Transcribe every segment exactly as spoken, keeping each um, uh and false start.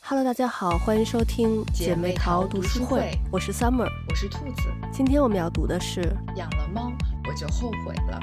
Hello， 大家好，欢迎收听姐妹淘读书会，我是 Summer， 我是兔子。 今天我们要读的是养了猫我就后悔了。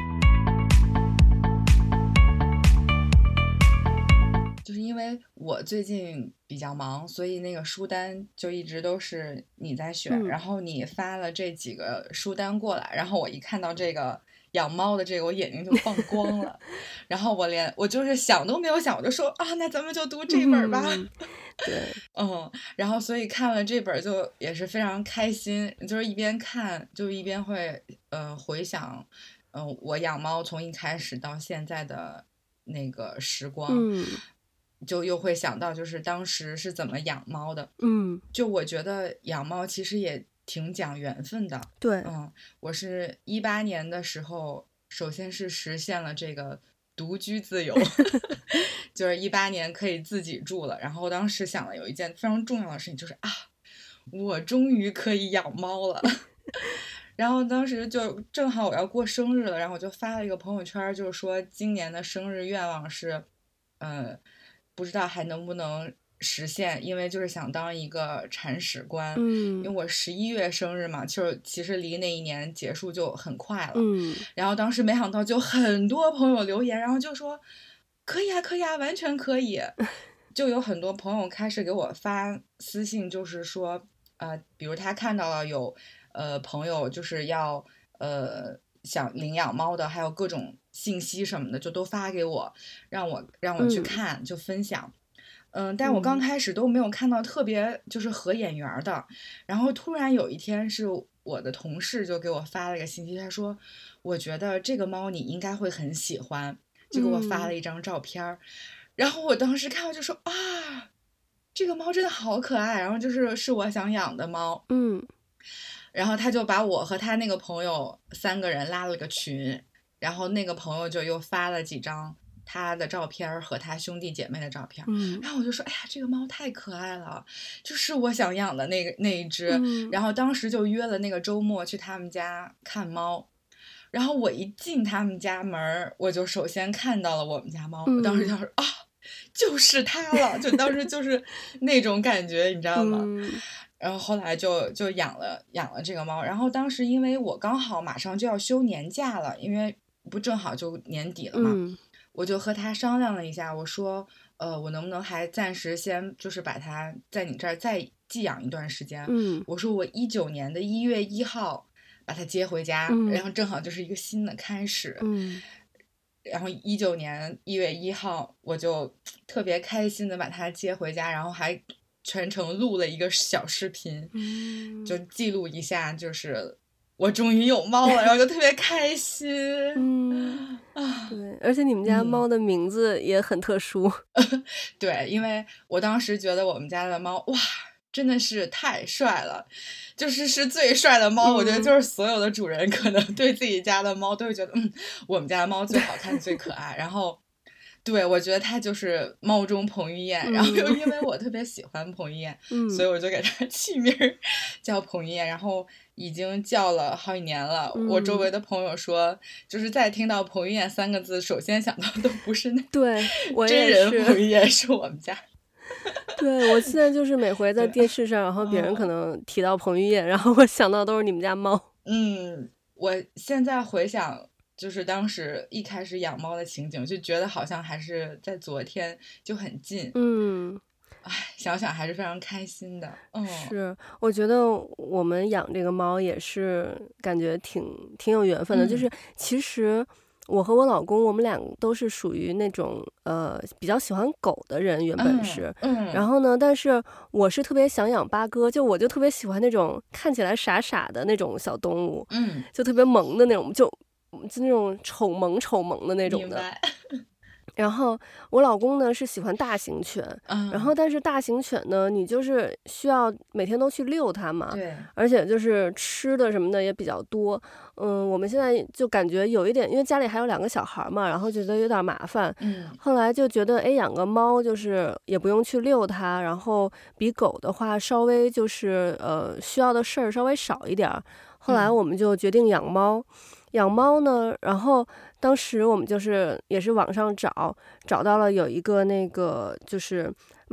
就是因为我最近比较忙，所以那个书单就一直都是你在选、嗯、然后你发了这几个书单过来，然后我一看到这个养猫的这个，我眼睛就放光了然后我连我就是想都没有想，我就说啊，那咱们就读这本吧、 嗯、对嗯，然后所以看了这本就也是非常开心，就是一边看就一边会呃回想嗯、呃、我养猫从一开始到现在的那个时光， 嗯， 就又会想到就是当时是怎么养猫的。 嗯， 就我觉得养猫其实也挺讲缘分的。 对， 嗯，我是一八年的时候首先是实现了这个独居自由就是一八年可以自己住了，然后当时想了有一件非常重要的事情，就是啊我终于可以养猫了然后当时就正好我要过生日了，然后我就发了一个朋友圈，就是说今年的生日愿望是呃不知道还能不能实现，因为就是想当一个铲屎官。 嗯， 因为我十一月生日嘛，就是其实离那一年结束就很快了。 嗯， 然后当时没想到就很多朋友留言，然后就说可以啊可以啊完全可以就有很多朋友开始给我发私信，就是说呃比如他看到了有呃朋友就是要呃想领养猫的，还有各种信息什么的就都发给我，让我让我去看、嗯、就分享。嗯，但我刚开始都没有看到特别就是合眼缘的、嗯、然后突然有一天是我的同事就给我发了个信息，他说我觉得这个猫你应该会很喜欢，就给我发了一张照片、嗯、然后我当时看到就说啊这个猫真的好可爱，然后就是是我想养的猫。 嗯， 然后他就把我和他那个朋友三个人拉了个群，然后那个朋友就又发了几张他的照片和他兄弟姐妹的照片、 嗯、 然后我就说哎呀这个猫太可爱了，就是我想养的那个那一只、 嗯、然后当时就约了那个周末去他们家看猫，然后我一进他们家门我就首先看到了我们家猫、嗯、我当时就说啊就是它了，就当时就是那种感觉你知道吗、 嗯、 然后后来就就养了养了这个猫，然后当时因为我刚好马上就要休年假了，因为不正好就年底了嘛、 嗯、 我就和他商量了一下，我说呃，我能不能还暂时先就是把它在你这儿再寄养一段时间、 嗯、 我说我一九年的一月一号把它接回家、 嗯、 然后正好就是一个新的开始、 嗯、 然后一九年一月一号我就特别开心的把它接回家，然后还全程录了一个小视频、 嗯、 就记录一下就是我终于有猫了然后就特别开心嗯啊， 对，而且你们家猫的名字也很特殊、 嗯、对，因为我当时觉得我们家的猫哇真的是太帅了，就是是最帅的猫、嗯、我觉得就是所有的主人可能对自己家的猫都会觉得嗯，我们家的猫最好看最可爱然后对我觉得它就是猫中彭于晏、嗯、然后又因为我特别喜欢彭于晏、嗯、所以我就给它起名叫彭于晏，然后已经叫了好几年了、嗯、我周围的朋友说就是再听到彭于晏三个字首先想到的不是那对我真人彭于晏，是我们家对，我现在就是每回在电视上然后别人可能提到彭于晏、哦、然后我想到都是你们家猫。 嗯，我现在回想就是当时一开始养猫的情景，就觉得好像还是在昨天，就很近。 嗯， 哎，想想还是非常开心的。嗯， 是，我觉得我们养这个猫也是感觉挺挺有缘分的、嗯、就是其实我和我老公我们俩都是属于那种呃比较喜欢狗的人，原本是、 嗯嗯、然后呢但是我是特别想养八哥，就我就特别喜欢那种看起来傻傻的那种小动物， 嗯， 就特别萌的那种，就就那种丑萌丑萌的那种的。然后我老公呢是喜欢大型犬、嗯、然后但是大型犬呢你就是需要每天都去遛它嘛， 对， 而且就是吃的什么的也比较多。嗯，我们现在就感觉有一点，因为家里还有两个小孩嘛，然后觉得有点麻烦， 嗯， 后来就觉得哎养个猫就是也不用去遛它，然后比狗的话稍微就是呃需要的事儿稍微少一点，后来我们就决定养猫、嗯、养猫呢，然后当时我们就是也是网上找找到了有一个那个就是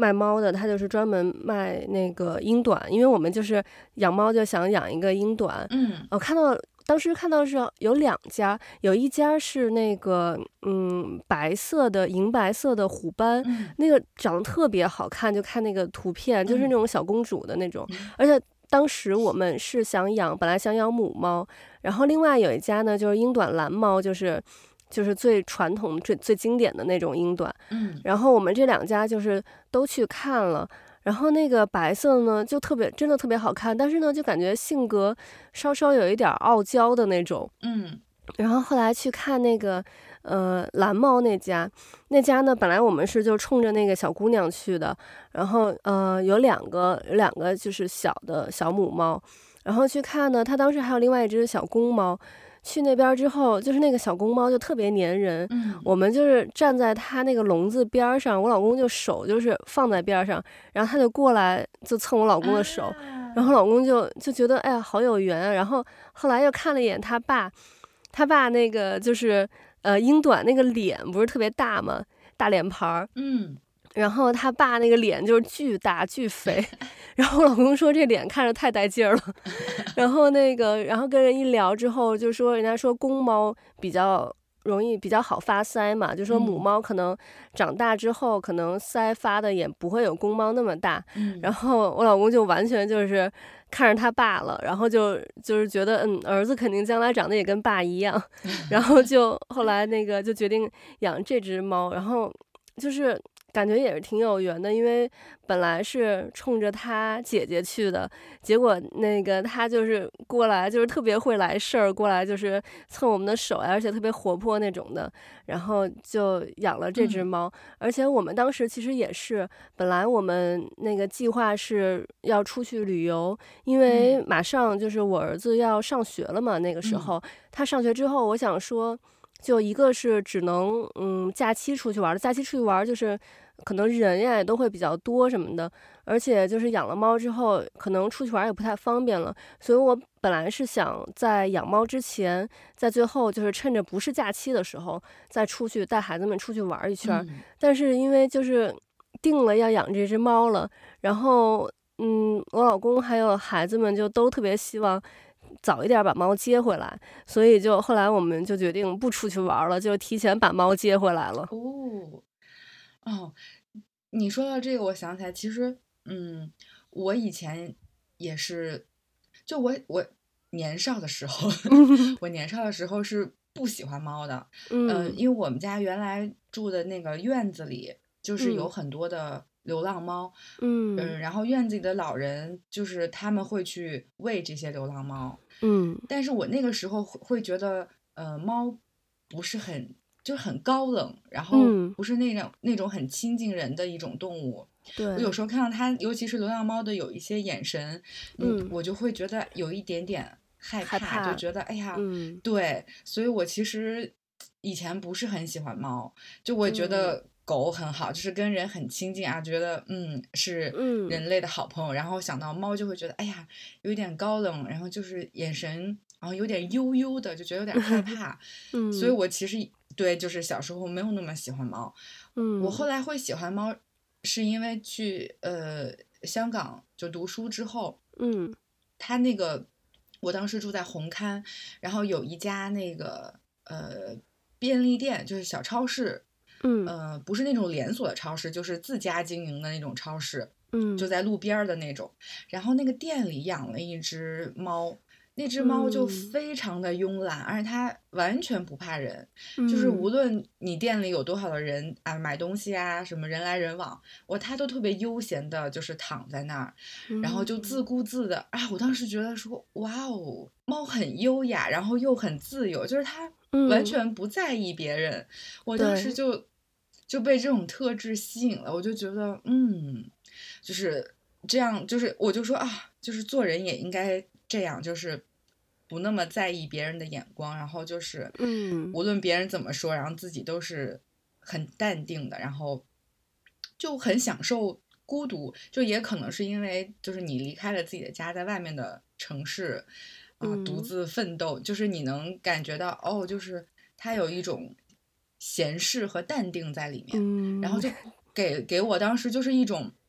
卖猫的，他就是专门卖那个英短，因为我们就是养猫就想养一个英短。 嗯， 我看到当时看到是有两家，有一家是那个嗯白色的银白色的虎斑， 嗯那个长得特别好看，就看那个图片，就是那种小公主的那种， 嗯而且当时我们是想养，本来想养母猫，然后另外有一家呢就是英短蓝猫，就是就是最传统最最经典的那种英短， 嗯然后我们这两家就是都去看了。然后那个白色呢，就特别真的特别好看，但是呢，就感觉性格稍稍有一点傲娇的那种。 嗯然后后来去看那个呃蓝猫那家，那家呢本来我们是就冲着那个小姑娘去的，然后呃有两个有两个就是小的小母猫，然后去看呢，它当时还有另外一只小公猫。去那边之后，就是那个小公猫就特别粘人， 嗯我们就是站在它那个笼子边上，我老公就手就是放在边上，然后他就过来就蹭我老公的手， 啊然后老公就就觉得哎呀好有缘啊，然后后来又看了一眼他爸，他爸那个就是呃英短那个脸不是特别大嘛，大脸盘儿， 嗯然后他爸那个脸就是巨大巨肥，然后我老公说这脸看着太带劲儿了，然后那个然后跟人一聊之后就说人家说公猫比较容易比较好发腮嘛，就说母嗯猫可能长大之后可能腮发的也不会有公猫那么大， 嗯， 然后我老公就完全就是看着他爸了，然后就就是觉得嗯儿子肯定将来长得也跟爸一样，然后就后来那个就决定养这只猫，然后就是感觉也是挺有缘的，因为本来是冲着他姐姐去的，结果那个他就是过来，就是特别会来事儿，过来就是蹭我们的手，而且特别活泼那种的，然后就养了这只猫。而且我们当时其实也是，本来我们那个计划是要出去旅游，因为马上就是我儿子要上学了嘛，那个时候、他上学之后，我想说。就一个是只能嗯假期出去玩，假期出去玩就是可能人呀也都会比较多什么的，而且就是养了猫之后，可能出去玩也不太方便了，所以我本来是想在养猫之前，在最后就是趁着不是假期的时候，再出去带孩子们出去玩一圈。 嗯但是因为就是定了要养这只猫了，然后嗯，我老公还有孩子们就都特别希望。早一点把猫接回来，所以就后来我们就决定不出去玩了，就提前把猫接回来了。 哦哦，你说到这个，我想起来，其实嗯，我以前也是，就我我年少的时候，我年少的时候是不喜欢猫的， 嗯、 呃，因为我们家原来住的那个院子里，就是有嗯很多的流浪猫， 嗯嗯，然后院子里的老人就是他们会去喂这些流浪猫， 嗯但是我那个时候会会觉得，呃，猫不是很就是很高冷，然后嗯， 不是那种那种很亲近人的一种动物。我有对， 时候看到它，尤其是流浪猫的有一些眼神，嗯， 嗯， 我就会觉得有一点点害怕， 害怕， 就觉得哎呀， 嗯对，所以我其实以前不是很喜欢猫，就我觉嗯得狗很好，就是跟人很亲近啊，觉得嗯是嗯人类的好朋友，然后想到猫就会觉得哎呀有一点高冷，然后就是眼神，然后有点悠悠的，就觉得有点害怕，所以嗯我其实对就是小时候没有那么喜欢猫，我后嗯来会喜欢猫，是因为去呃香港就读书之后， 嗯他那个我当时住在红磡，然后有一家那个呃便利店，就是小超市， 嗯呃不是那种连锁的超市，就是自家经营的那种超市，就嗯在路边儿的那种。然后那个店里养了一只猫，那只猫就嗯非常的慵懒，而且它完全不怕人，就是嗯无论你店里有多少的人啊，买东西啊，什么人来人往，我它都特别悠闲的，就是躺在那儿，然后就自顾自的啊。我当时觉得说，哇哦，猫很优雅，然后又很自由，就是它完嗯， 全不在意别人。我当时对， 就就被这种特质吸引了，我就觉得，嗯，就是这样，就是我就说啊，就是做人也应该这样，就是不那么在意别人的眼光，然后就是嗯无论别人怎么说，然后自己都是很淡定的，然后就很享受孤独，就也可能是因为就是你离开了自己的家，在外面的城市啊、独嗯自奋斗，就是你能感觉到哦，就是它有一种闲适和淡定在里面，然后嗯就给给我当时就是一种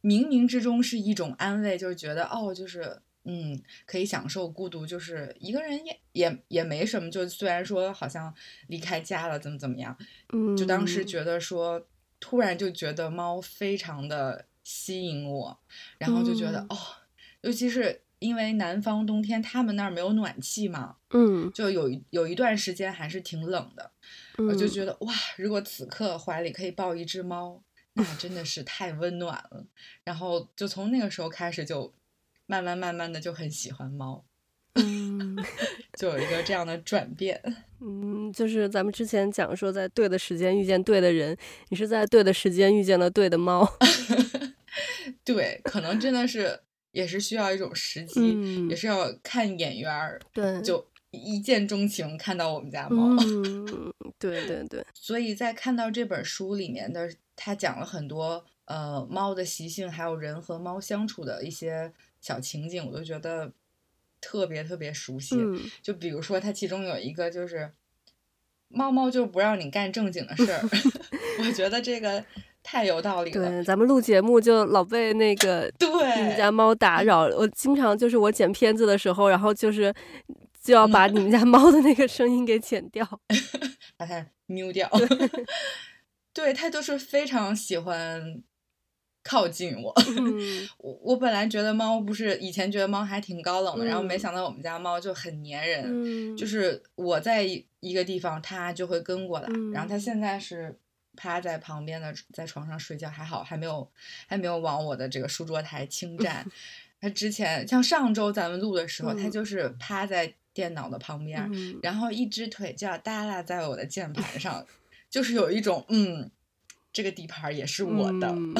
冥冥之中是一种安慰，就是觉得哦，就是嗯，可以享受孤独，就是一个人也也也没什么，就虽然说好像离开家了，怎么怎么样，就当时嗯觉得说，突然就觉得猫非常的吸引我，然后就觉得嗯哦，尤其是因为南方冬天他们那儿没有暖气嘛， 嗯就有一有一段时间还是挺冷的，我就嗯觉得哇，如果此刻怀里可以抱一只猫，那真的是太温暖了。然后就从那个时候开始，就慢慢慢慢的就很喜欢猫， 嗯就有一个这样的转变。 嗯，就是咱们之前讲说，在对的时间遇见对的人，你是在对的时间遇见了对的猫。 对，可能真的是也是需要一种时机，也嗯， 是要看眼缘儿， 对， 就一见钟情看到我们家猫。 嗯，对对对， 所以在看到这本书里面的，他讲了很多呃猫的习性，还有人和猫相处的一些小情景，我都觉得特别特别熟悉。 嗯就比如说，它其中有一个就是猫猫就不让你干正经的事儿，我觉得这个太有道理了。 对，咱们录节目就老被那个你们对， 家猫打扰，我经常就是我剪片子的时候，然后就是就要把你们家猫的那个声音给剪掉。 把它瞄掉。 对， 对，它就是非常喜欢靠近我。 嗯我我本来觉得猫不是以前觉得猫还挺高冷的，然后没嗯想到我们家猫就很粘人，就嗯是我在一一个地方，它就会跟过来。然后嗯它现在是趴在旁边的，在床上睡觉，还好还没有还没有往我的这个书桌台侵占。它之前像上周咱们录的时候，它嗯就是趴在电脑的旁边， 嗯然后一只腿就要耷拉在我的键盘上，就是有一种嗯，这个地盘也是我的。 嗯。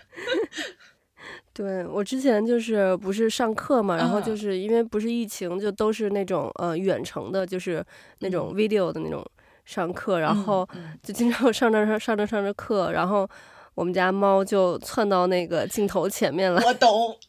对，我之前就是不是上课嘛，然后就嗯是因为不是疫情，就都是那种呃远程的，就是那种嗯 video 的那种上课，然嗯后嗯， 就经常上着上上着上着课，然后我们家猫就窜到那个镜头前面来。 我懂，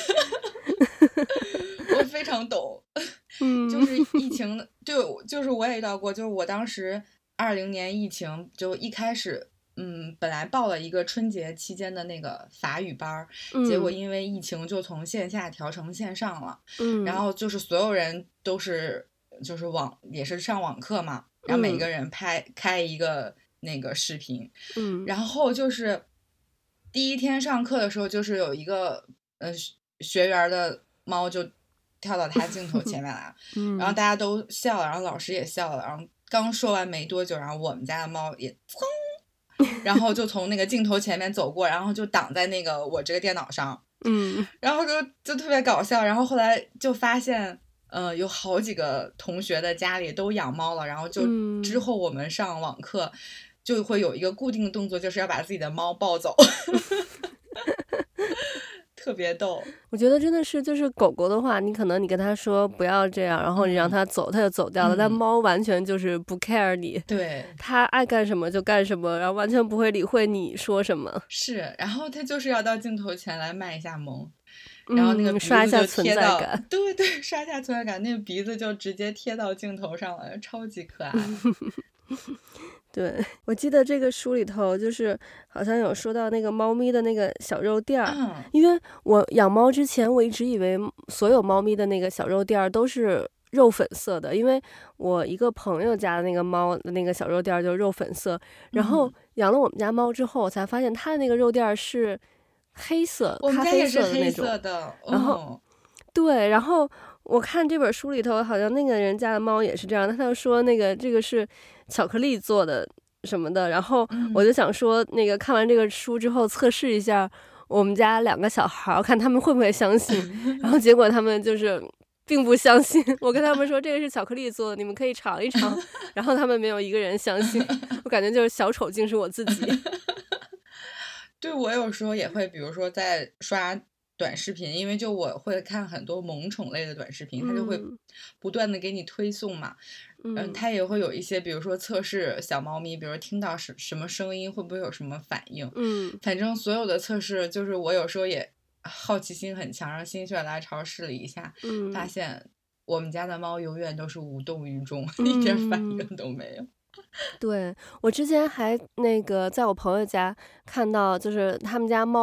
我非常懂。就嗯是疫情的，就就是我也遇到过，就是我当时二零年疫情就一开始，嗯，本来报了一个春节期间的那个法语班儿，结果嗯因为疫情就从线下调成线上了，然嗯后就是所有人都是就是网也是上网课嘛，然后每个嗯人拍开一个那个视频， 嗯然后就是第一天上课的时候，就是有一个呃学学员的猫就跳到他镜头前面来了，然后嗯大家都笑了，然后老师也笑了，然后刚说完没多久，然后我们家的猫也噌，然后就从那个镜头前面走过，然后就挡在那个我这个电脑上， 嗯然后就就特别搞笑，然后后来就发现。呃，有好几个同学的家里都养猫了，然后就之嗯， 后我们上网课就会有一个固定的动作，就是要把自己的猫抱走，特别逗。 我觉得真的是，就是狗狗的话，你可能你跟它说不要这样，然后你让嗯它走，它就走掉了。但嗯， 猫完全就是不 care 你， 对， 它爱干什么就干什么，然后完全不会理会你说什么。 是，然后他就是要到镜头前来卖一下萌，然后那个嗯， 鼻子就刷一下存贴到， 在感。 对对，刷一下存在感，那个鼻子就直接贴到镜头上了，超级可爱。 对，我记得这个书里头就是好像有说到那个猫咪的那个小肉垫儿， 嗯因为我养猫之前，我一直以为所有猫咪的那个小肉垫儿都是肉粉色的，因为我一个朋友家的那个猫的那个小肉垫儿就是肉粉色，然后嗯， 养了我们家猫之后，我才发现它的那个肉垫儿是黑色、 我们咖啡家也是黑色的那种。 色的， 然后嗯对，然后我看这本书里头，好像那个人家的猫也是这样，他就说那个这个是巧克力做的什么的，然后我嗯， 就想说，那个看完这个书之后测试一下我们家两个小孩儿，看他们会不会相信，然后结果他们就是并不相信。我跟他们说这个是巧克力做的，你们可以尝一尝，然后他们没有一个人相信。我感觉就是小丑竟是我自己。 对，我有时候也会，比如说在刷短视频，因为就我会看很多萌宠类的短视频，它就会嗯不断的给你推送嘛。嗯， 嗯它也会有一些，比如说测试小猫咪，比如听到什什么声音会不会有什么反应。 嗯反正所有的测试，就是我有时候也好奇心很强，然后心血来潮试了一下，发嗯现我们家的猫永远都是无动于衷，一点反应嗯。 都没有。 对，我之前还那个在我朋友家看到，就是他们家猫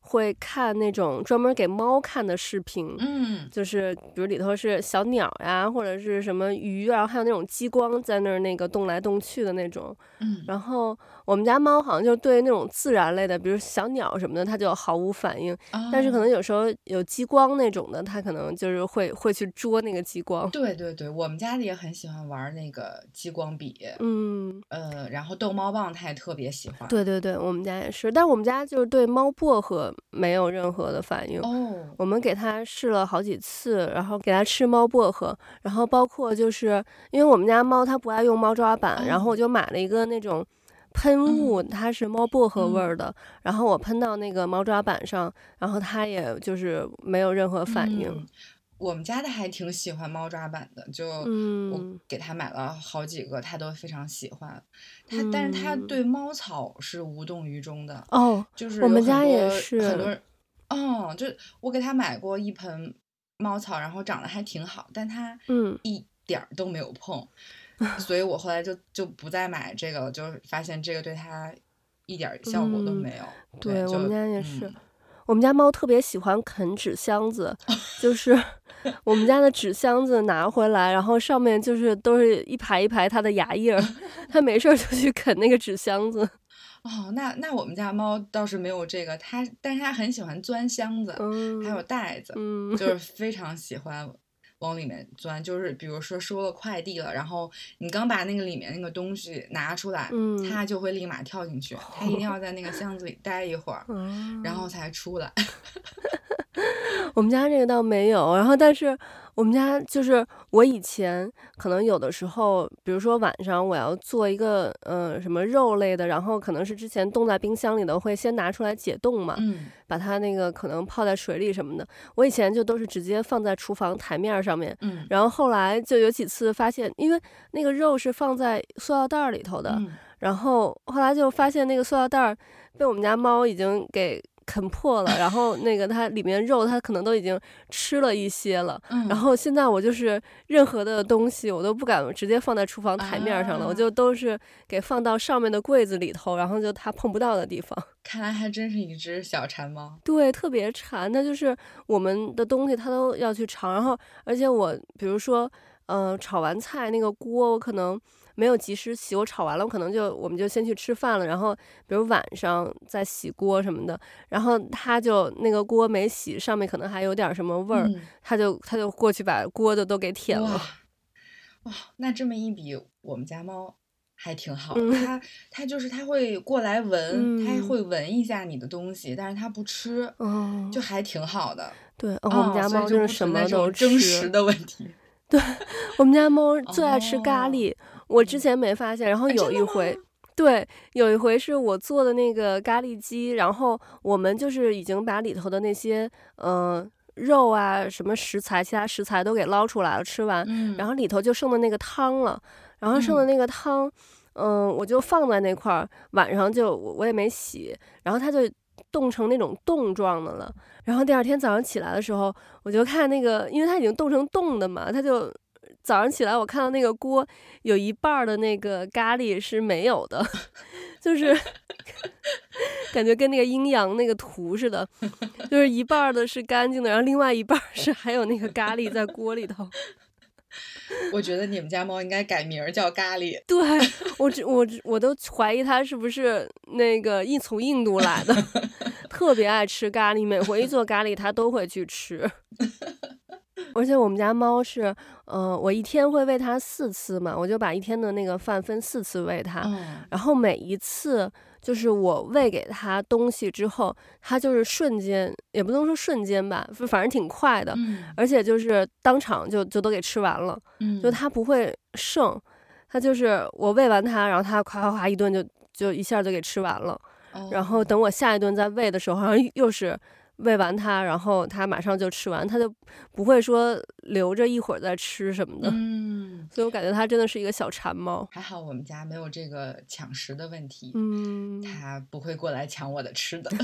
会看那种专门给猫看的视频， 嗯， 就是比如里头是小鸟呀，或者是什么鱼啊，还有那种激光在那儿那个动来动去的那种。 嗯， 然后我们家猫好像就对那种自然类的，比如小鸟什么的，它就毫无反应。 哦， 但是可能有时候有激光那种的，它可能就是会会去捉那个激光。 对对对，我们家里也很喜欢玩那个激光笔， 嗯， 呃，然后逗猫棒它也特别喜欢。 对对对，我们家也是，但我们家就是对猫薄荷没有任何的反应。 哦， 我们给它试了好几次，然后给它吃猫薄荷，然后包括就是因为我们家猫它不爱用猫抓板，然后我哦， 就买了一个那种喷雾， 嗯它是猫薄荷味嗯儿的，然后我喷到那个猫抓板上，然后它也就是没有任何反应。 嗯，我们家的还挺喜欢猫抓板的，就我嗯给它买了好几个，它都非常喜欢。它，但是它嗯， 对猫草是无动于衷的， 哦， 就是有我们家也很多很多是。 人，哦，就我给它买过一盆猫草，然后长得还挺好，但它嗯。 一点儿都没有碰，所以我后来就就不再买这个了，就发现这个对它一点儿效果都嗯， 没有。对， 对，我们就家也是。 嗯， 我们家猫特别喜欢啃纸箱子，就是我们家的纸箱子拿回来，然后上面就是都是一排一排它的牙印儿，它没事儿就去啃那个纸箱子。 哦，那那我们家猫倒是没有这个，它但是它很喜欢钻箱子，还有嗯袋子， 嗯， 就是非常喜欢往里面钻。就是比如说收了快递了，然后你刚把那个里面那个东西拿出来， 嗯， 它就会立马跳进去，它一定要在那个箱子里待一会儿，然后哦。 才出来。 我们家这个倒没有，然后但是我们家就是我以前可能有的时候，比如说晚上我要做一个呃什么肉类的，然后可能是之前冻在冰箱里的，会先拿出来解冻嘛， 嗯把它那个可能泡在水里什么的。我以前就都是直接放在厨房台面上面， 嗯然后后来就有几次发现，因为那个肉是放在塑料袋儿里头的， 嗯， 然后后来就发现那个塑料袋儿被我们家猫已经给啃破了，然后那个它里面肉它可能都已经吃了一些了，然嗯后现在我就是任何的东西我都不敢直接放在厨房台面上了，我啊， 就都是给放到上面的柜子里头，然后就它碰不到的地方。 看来还真是一只小馋猫。 对，特别馋，那就是我们的东西它都要去尝，然后而且我比如说，呃，炒完菜那个锅我可能没有及时洗，我炒完了我可能就我们就先去吃饭了，然后比如晚上再洗锅什么的，然后他就那个锅没洗，上面可能还有点什么味儿， 嗯， 他就他就过去把锅的都给舔哇。 了。 哇，那这么一比，我们家猫还挺好的。 嗯它它就是它会过来闻，它还嗯， 会闻一下你的东西，但是它不吃， 哦， 就还挺好的。 对，哦，我们哦， 家所以猫真是什就不存在么都这种争食吃。 的问题。 对，我们家猫最爱吃咖哦， 喱，我之嗯， 前没发现，然后啊，真的有一回， 吗？ 对，有一回是我做的那个咖喱鸡，然后我们就是已经把里头的那些呃肉啊、什么食材、其他食材都给捞出来了，吃完，然嗯后里头就剩的那个汤了，然后剩的嗯， 那个汤，嗯、我就放在那块儿，晚上就我我也没洗，然后它就冻成那种冻状的了。然后第二天早上起来的时候，我就看那个，因为它已经冻成冻的嘛，它就早上起来我看到那个锅有一半儿的那个咖喱是没有的，就是感觉跟那个阴阳那个图似的，就是一半儿的是干净的，然后另外一半儿是还有那个咖喱在锅里头。 我觉得你们家猫应该改名儿叫咖喱。 对，我只我只我都怀疑它是不是那个印从印度来的，特别爱吃咖喱，每回一做咖喱它都会去吃。而且我们家猫是，呃，我一天会喂它四次嘛，我就把一天的那个饭分四次喂它， 嗯然后每一次就是我喂给它东西之后，它就是瞬间，也不能说瞬间吧，反正挺快的， 嗯而且就是当场就就都给吃完了，就嗯， 它不会剩，它就是我喂完它，然后它夸夸夸一顿就就一下就给吃完了，然后哦。 等我下一顿再喂的时候，好像又是喂完它，然后它马上就吃完，它就不会说留着一会儿再吃什么的。 嗯， 所以我感觉它真的是一个小馋猫。 还好我们家没有这个抢食的问题， 嗯它不会过来抢我的吃的。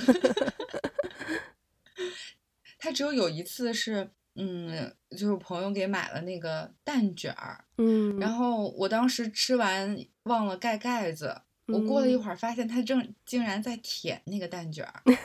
它只有有一次是，嗯，就是朋友给买了那个蛋卷儿，然嗯后我当时吃完忘了盖盖子，我过了一嗯， 会儿发现它正竟然在舔那个蛋卷儿，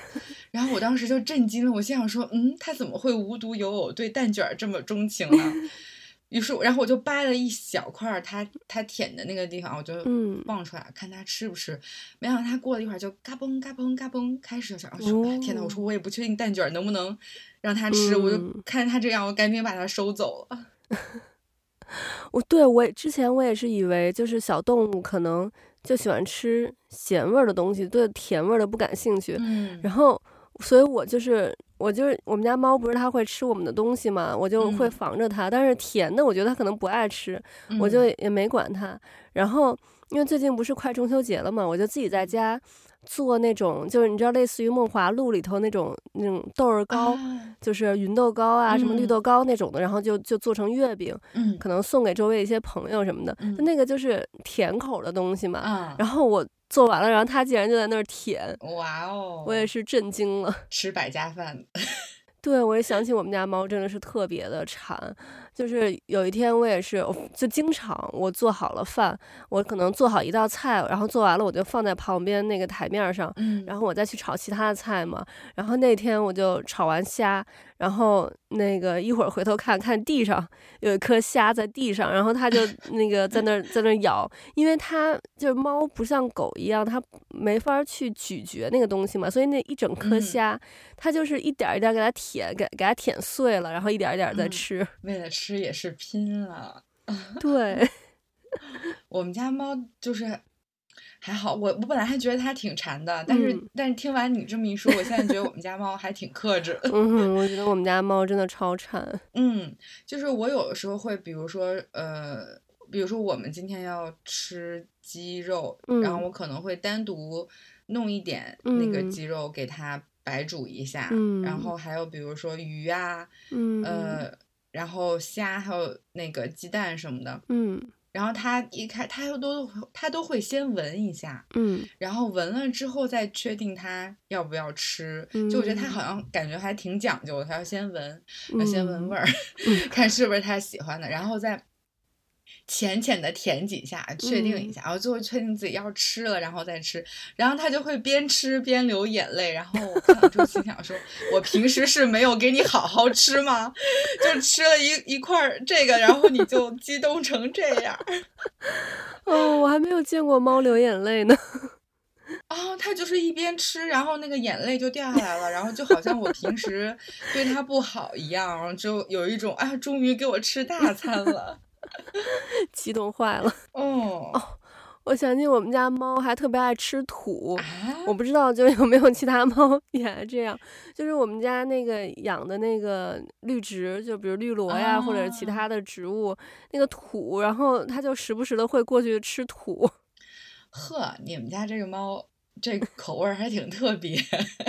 然后我当时就震惊了，我心想说，嗯，它怎么会无独有偶对蛋卷这么钟情呢？于是，然后我就掰了一小块它它舔的那个地方，我就放出来、嗯、看它吃不吃。没想到它过了一会儿就嘎嘣嘎嘣嘎嘣开始想说、哦、天哪！我说我也不确定蛋卷能不能让它吃、嗯、我就看它这样，我赶紧把它收走了。 我对我之前我也是以为就是小动物可能就喜欢吃咸味的东西，对甜味的不感兴趣。 嗯， 然后所以我就是我就是我们家猫不是它会吃我们的东西嘛，我就会防着它、嗯、但是甜的我觉得它可能不爱吃、嗯、我就也没管它。然后因为最近不是快中秋节了嘛，我就自己在家做那种就是你知道类似于梦华录里头那种那种豆儿糕、啊、就是芸豆糕啊、嗯、什么绿豆糕那种的，然后就就做成月饼、 嗯、 可能送给周围一些朋友什么的、嗯、那个就是甜口的东西嘛、 啊、 然后我做完了，然后他竟然就在那儿舔， 哇哦， 我也是震惊了， 吃百家饭。 对，我也想起我们家猫真的是特别的馋，就是有一天我也是就经常我做好了饭，我可能做好一道菜，然后做完了我就放在旁边那个台面上、 嗯、 然后我再去炒其他的菜嘛。然后那天我就炒完虾，然后那个一会儿回头看看地上有一颗虾在地上，然后它就那个在那在那咬，因为它就是猫不像狗一样，它没法去咀嚼那个东西嘛，所以那一整颗虾、嗯、它就是一点一点给它舔，给给它舔碎了，然后一点一点再吃、嗯、 为了吃也是拼了。 对， 我们家猫就是还好，我我本来还觉得它挺馋的，但是、嗯、但是听完你这么一说，我现在觉得我们家猫还挺克制。 嗯，我觉得我们家猫真的超馋。 嗯，就是我有的时候会，比如说呃，比如说我们今天要吃鸡肉、嗯，然后我可能会单独弄一点那个鸡肉给它白煮一下， 嗯， 然后还有比如说鱼啊， 嗯， 呃，然后虾还有那个鸡蛋什么的， 嗯。 然后他一开，他又都他都会先闻一下， 嗯， 然后闻了之后再确定他要不要吃。 嗯、 就我觉得他好像感觉还挺讲究的，他要先闻，要先闻味儿、嗯，看是不是他喜欢的，然后再浅浅的舔几下，确定一下，然后最后确定自己要吃了，然后再吃，然后他就会边吃边流眼泪，然后我看到之后心想说，我平时是没有给你好好吃吗？就吃了一一块这个，然后你就激动成这样。 哦，我还没有见过猫流眼泪呢。 哦，它就是一边吃，然后那个眼泪就掉下来了，然后就好像我平时对它不好一样，然后就有一种啊，终于给我吃大餐了。 激动坏了。 哦哦，我想起我们家猫还特别爱吃土、 啊、 我不知道就有没有其他猫也这样，就是我们家那个养的那个绿植，就比如绿萝呀、啊、或者是其他的植物，那个土，然后它就时不时的会过去吃土。 呵，你们家这个猫这口味还挺特别。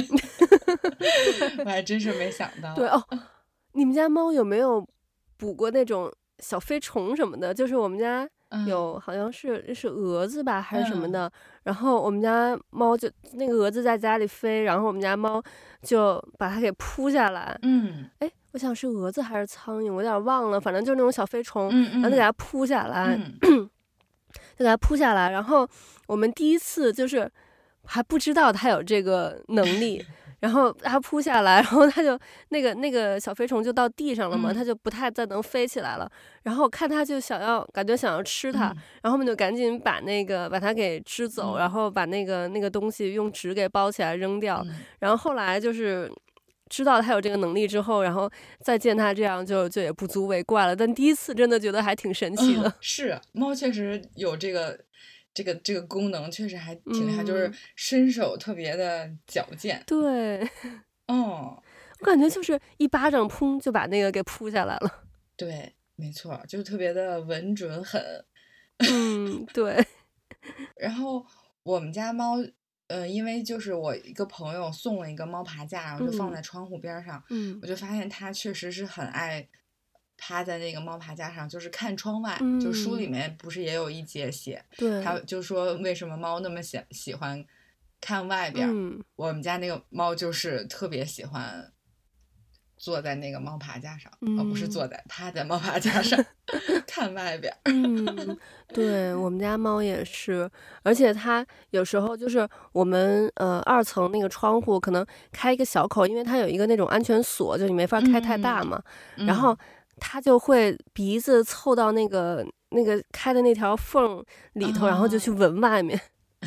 我还真是没想到。 对哦，你们家猫有没有捕过那种小飞虫什么的？就是我们家有、嗯、好像是是蛾子吧还是什么的、嗯、然后我们家猫就那个蛾子在家里飞，然后我们家猫就把它给扑下来。 嗯， 哎，我想是蛾子还是苍蝇，我有点忘了，反正就是那种小飞虫， 嗯嗯、 然后就给它扑下来。 嗯就给它扑下来，然后我们第一次就是还不知道它有这个能力，然后它扑下来，然后它就那个那个小飞虫就到地上了嘛，它、嗯、就不太再能飞起来了。然后看它就想要，感觉想要吃它， 嗯、 然后我们就赶紧把那个把它给支走、嗯，然后把那个那个东西用纸给包起来扔掉。 嗯、然后后来就是知道它有这个能力之后，然后再见它这样就就也不足为怪了。但第一次真的觉得还挺神奇的。 嗯、是猫确实有这个这个这个功能，确实还挺厉害、嗯，就是身手特别的矫健。 对， 哦， 我感觉就是一巴掌砰就把那个给扑下来了。 对，没错，就特别的稳准狠。 嗯，对。 然后我们家猫。嗯、呃，因为就是我一个朋友送了一个猫爬架，然后就放在窗户边上， 嗯， 我就发现它确实是很爱趴在那个猫爬架上，就是看窗外。 嗯、 就书里面不是也有一节写， 对， 他就说为什么猫那么喜喜欢看外边、 嗯。 我们家那个猫就是特别喜欢坐在那个猫爬架上， 嗯、 哦，不是坐在，趴在猫爬架上看外边。 嗯，对，我们家猫也是，而且它有时候就是我们呃二层那个窗户可能开一个小口，因为它有一个那种安全锁，就你没法开太大嘛， 嗯、 然后它就会鼻子凑到那个那个开的那条缝里头， 哦、 然后就去闻外面。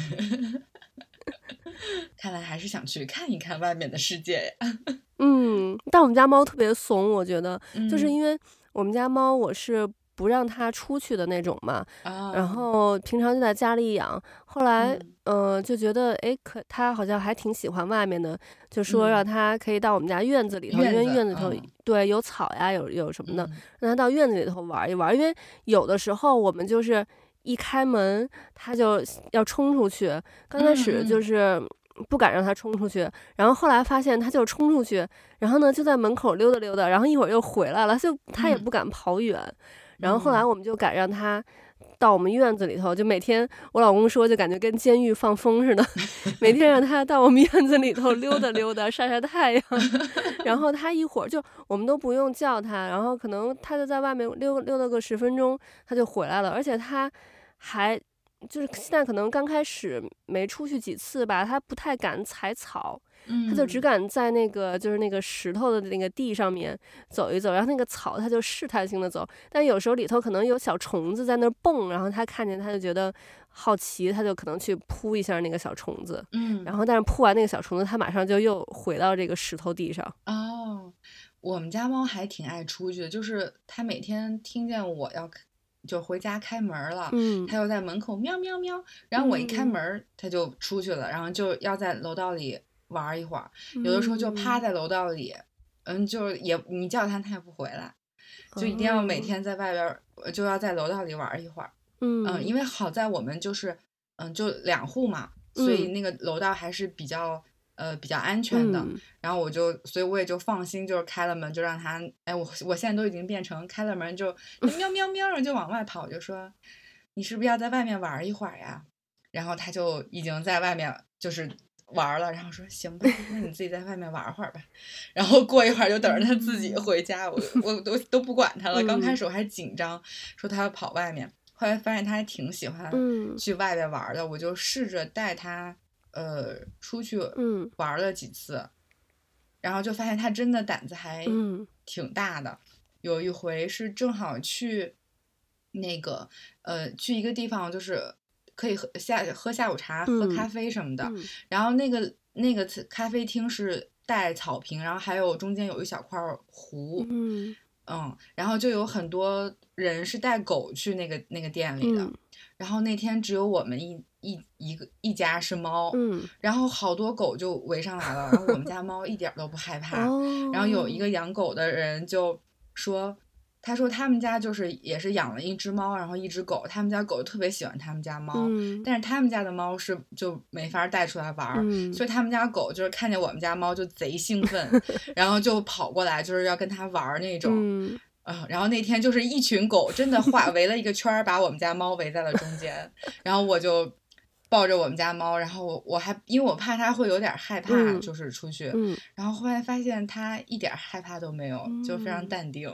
看来还是想去看一看外面的世界呀。 嗯，但我们家猫特别怂，我觉得、 嗯、 就是因为我们家猫我是不让它出去的那种嘛， 哦、 然后平常就在家里养，后来嗯、 呃就觉得哎可它好像还挺喜欢外面的，就说让它可以到我们家院子里头， 嗯、 因为院子里头、 嗯、 对有草呀有有什么的、 嗯， 让它到院子里头玩一玩，因为有的时候我们就是一开门它就要冲出去，刚开始就是不敢让它冲出去，然后后来发现它就冲出去，然后呢就在门口溜达溜达，然后一会儿又回来了，就它也不敢跑远、嗯、然后后来我们就改让它到我们院子里头，就每天我老公说就感觉跟监狱放风似的，每天让它到我们院子里头溜达溜达晒晒太阳，然后它一会儿就我们都不用叫它，然后可能它就在外面溜溜达个十分钟它就回来了，而且它还就是现在可能刚开始没出去几次吧，他不太敢踩草，他就只敢在那个就是那个石头的那个地上面走一走，然后那个草他就试探性的走，但有时候里头可能有小虫子在那儿蹦，然后他看见他就觉得好奇，他就可能去扑一下那个小虫子， 嗯， 然后但是扑完那个小虫子，他马上就又回到这个石头地上。 哦，我们家猫还挺爱出去的，就是它每天听见我要就回家开门了， 嗯， 它又在门口喵喵喵，然后我一开门它就出去了，然后就要在楼道里玩一会儿，有的时候就趴在楼道里，嗯，就也你叫它它也不回来，就一定要每天在外边就要在楼道里玩一会儿， 嗯嗯，因为好在我们就是嗯就两户嘛，所以那个楼道还是比较。呃，比较安全的、 嗯， 然后我就，所以我也就放心，就是开了门就让它，哎，我我现在都已经变成开了门就喵喵喵，就往外跑，就说你是不是要在外面玩一会儿呀？然后它就已经在外面就是玩了，然后说行吧，那你自己在外面玩会儿吧。然后过一会儿就等着它自己回家，我我都都不管它了。刚开始我还紧张，说它要跑外面，后来发现它还挺喜欢去外边玩的，我就试着带它。呃，出去玩了几次、嗯，然后就发现他真的胆子还挺大的。嗯、有一回是正好去那个呃去一个地方，就是可以喝下喝下午茶、 嗯、 喝咖啡什么的。 嗯、 然后那个那个咖啡厅是带草坪，然后还有中间有一小块湖。 嗯嗯，然后就有很多人是带狗去那个那个店里的。 嗯、 然后那天只有我们一。一一个一家是猫、 嗯， 然后好多狗就围上来了，然后我们家猫一点都不害怕。 哦、 然后有一个养狗的人就说，他说他们家就是也是养了一只猫，然后一只狗，他们家狗特别喜欢他们家猫， 嗯、 但是他们家的猫是就没法带出来玩、 嗯、 所以他们家狗就是看见我们家猫就贼兴奋，然后就跑过来就是要跟它玩那种。 嗯嗯，然后那天就是一群狗真的画围了一个圈，把我们家猫围在了中间，然后我就。抱着我们家猫，然后我还因为我怕它会有点害怕， 嗯、 就是出去、 嗯， 然后后来发现它一点害怕都没有， 嗯、 就非常淡定。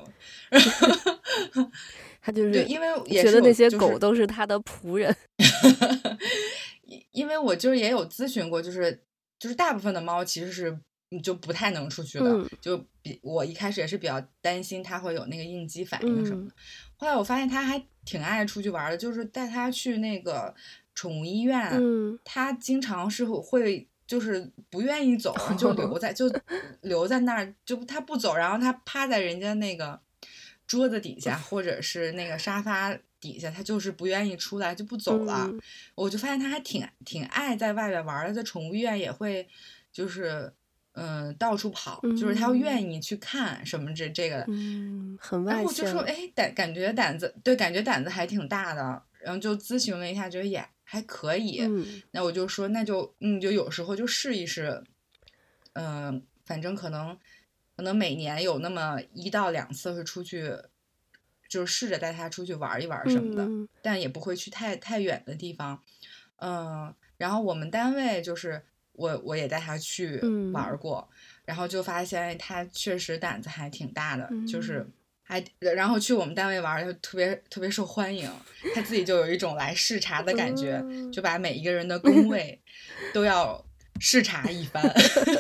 他就是对，因为也是觉得那些就是、 狗都是他的仆人。 因为我就是也有咨询过，就是就是大部分的猫其实是就不太能出去的， 嗯、 就比我一开始也是比较担心它会有那个应激反应什么的。 嗯、 后来我发现它还挺爱出去玩的，就是带它去那个。宠物医院， 嗯， 他经常是会就是不愿意走，就留在就留在那儿，就他不走，然后他趴在人家那个桌子底下或者是那个沙发底下，他就是不愿意出来，就不走了。 嗯、 我就发现他还挺挺爱在外边玩的，在宠物医院也会就是嗯、呃、到处跑， 嗯、 就是他愿意去看什么这这个， 嗯，很外向。 然后我就说，哎，胆感觉胆子对，感觉胆子还挺大的，然后就咨询了一下，觉得也。还可以、 嗯， 那我就说那就嗯就有时候就试一试，嗯、呃，反正可能可能每年有那么一到两次会出去，就是试着带他出去玩一玩什么的， 嗯、 但也不会去太太远的地方，嗯、呃，然后我们单位就是我我也带它去玩过， 嗯、 然后就发现它确实胆子还挺大的， 嗯、 就是还然后去我们单位玩就特别特别受欢迎，它自己就有一种来视察的感觉， 嗯、 就把每一个人的工位都要视察一番。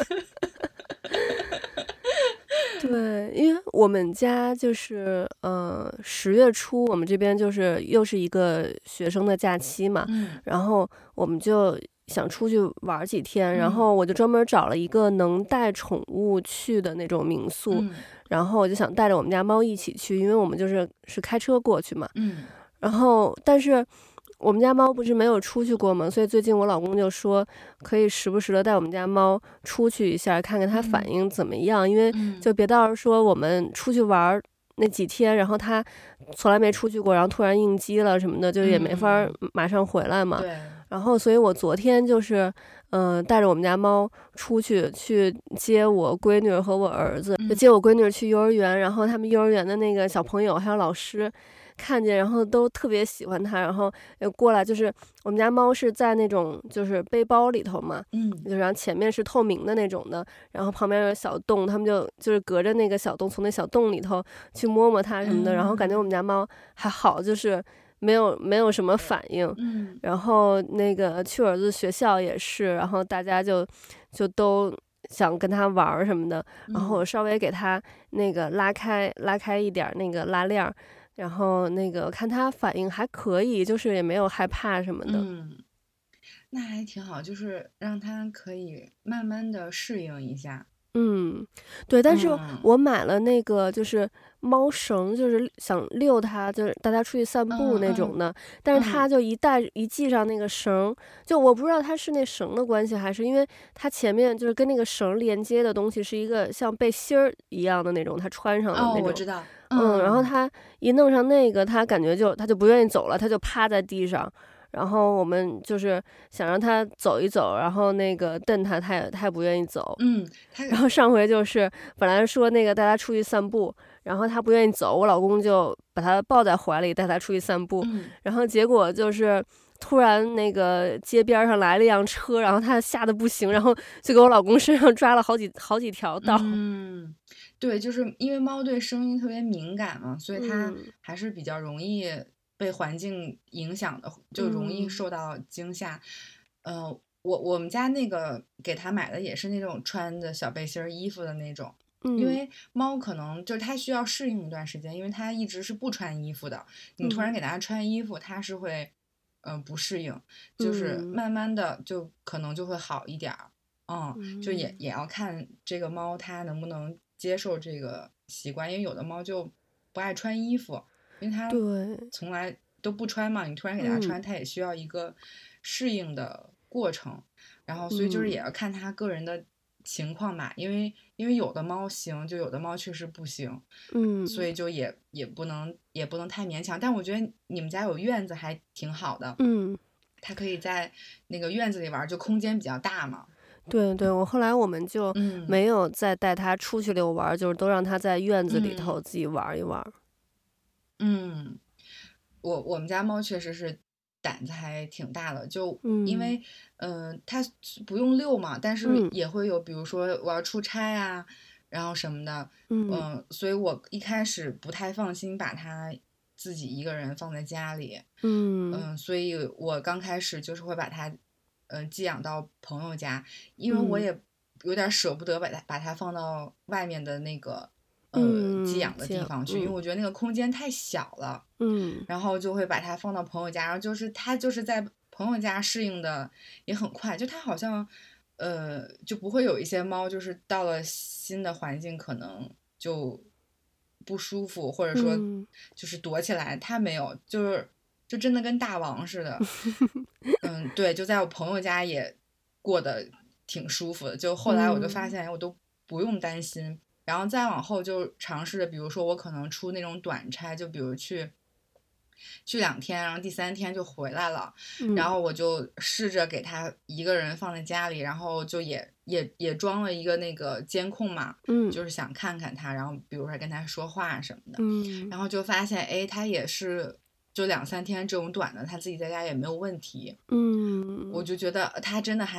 对，因为我们家就是呃十月初，我们这边就是又是一个学生的假期嘛， 嗯， 然后我们就想出去玩几天， 嗯、 然后我就专门找了一个能带宠物去的那种民宿， 嗯、 然后我就想带着我们家猫一起去，因为我们就是是开车过去嘛， 嗯， 然后但是我们家猫不是没有出去过嘛，所以最近我老公就说可以时不时的带我们家猫出去一下，看看它反应怎么样， 嗯、 因为就别到时候说我们出去玩那几天，然后它从来没出去过，然后突然应激了什么的，就也没法马上回来嘛。 对。 然后，所以我昨天就是，嗯、呃，带着我们家猫出去去接我闺女和我儿子，就接我闺女去幼儿园，然后他们幼儿园的那个小朋友还有老师看见，然后都特别喜欢它，然后过来，就是我们家猫是在那种就是背包里头嘛， 嗯， 就然后前面是透明的那种的，然后旁边有小洞，他们就就是隔着那个小洞，从那小洞里头去摸摸它什么的，然后感觉我们家猫还好，就是没有没有什么反应， 嗯， 然后那个去我儿子学校也是，然后大家就就都想跟他玩什么的，然后我稍微给他那个拉开拉开一点那个拉链，然后那个看他反应还可以，就是也没有害怕什么的。 嗯，那还挺好，就是让他可以慢慢的适应一下。 嗯，对，但是嗯我买了那个就是猫绳，就是想遛它，就是带它出去散步嗯那种的。 嗯但是它就一带一系上那个绳，就我不知道它是那绳的关系，还是因为它前面就是跟那个绳连接的东西是一个像背心儿一样的那种，它穿上的那哦， 种。 我知道。 嗯，然后嗯它一弄上那个，它感觉就它就不愿意走了，它就趴在地上。然后我们就是想让它走一走，然后那个蹬它，它也它也不愿意走。 嗯，他然后上回就是本来说那个带它出去散步，然后它不愿意走，我老公就把它抱在怀里带它出去散步。 嗯然后结果就是突然那个街边上来了一辆车，然后它吓得不行，然后就给我老公身上抓了好几好几条道。 嗯，对，就是因为猫对声音特别敏感嘛，所以它嗯还是比较容易被环境影响的，就容易嗯受到惊吓。呃，我我们家那个给它买的也是那种穿的小背心儿衣服的那种，因嗯为猫可能就是它需要适应一段时间，因为它一直是不穿衣服的，你突然嗯给它穿衣服，它是会嗯、呃不适应，就是嗯慢慢的就可能就会好一点儿。嗯，就也嗯也要看这个猫它能不能接受这个习惯，因为有的猫就不爱穿衣服，因为它对从来都不穿嘛，你突然给它嗯穿，它也需要一个适应的过程，然后所以就是也嗯要看它个人的情况嘛，因为因为有的猫行，就有的猫确实不行，所嗯以就也也不能也不能太勉强，但我觉得你们家有院子还挺好的， 嗯。 它可以在那个院子里玩，就空间比较大嘛。 对对，我后来我们就嗯没有再带它出去遛弯儿，就是都让它在院子里头嗯自己玩一玩。 嗯，我我们家猫确实是胆子还挺大的，就因嗯为嗯、呃它是不用遛嘛，但是嗯也会有，比如说我要出差啊，然后什么的， 嗯嗯、所以我一开始不太放心把它自己一个人放在家里， 嗯嗯，所以我刚开始就是会把它，嗯、寄养到朋友家，因为我嗯也有点舍不得把它把它放到外面的那个呃寄嗯， 养的这样， 地方去，因为嗯我觉得那个空间太小了， 嗯然后就会把它放到朋友家，然后就是它就是在朋友家适应的也很快，就它好像呃就不会有一些猫就是到了新的环境可能就不舒服，或者说嗯就是躲起来，它没有，就是就真的跟大王似的。嗯，对，就在我朋友家也过得挺舒服的。就后来我就发嗯现，哎我都不用担心。然后再往后就尝试着，比如说我可能出那种短差，就比如去去两天，然后第三天就回来了，然嗯后我就试着给他一个人放在家里，然后就也也也装了一个那个监控嘛， 嗯就是想看看他，然后比如说跟他说话什么的， 嗯然后就发现，哎，他也是就两三天这种短的，他自己在家也没有问题，我嗯就觉得他真的还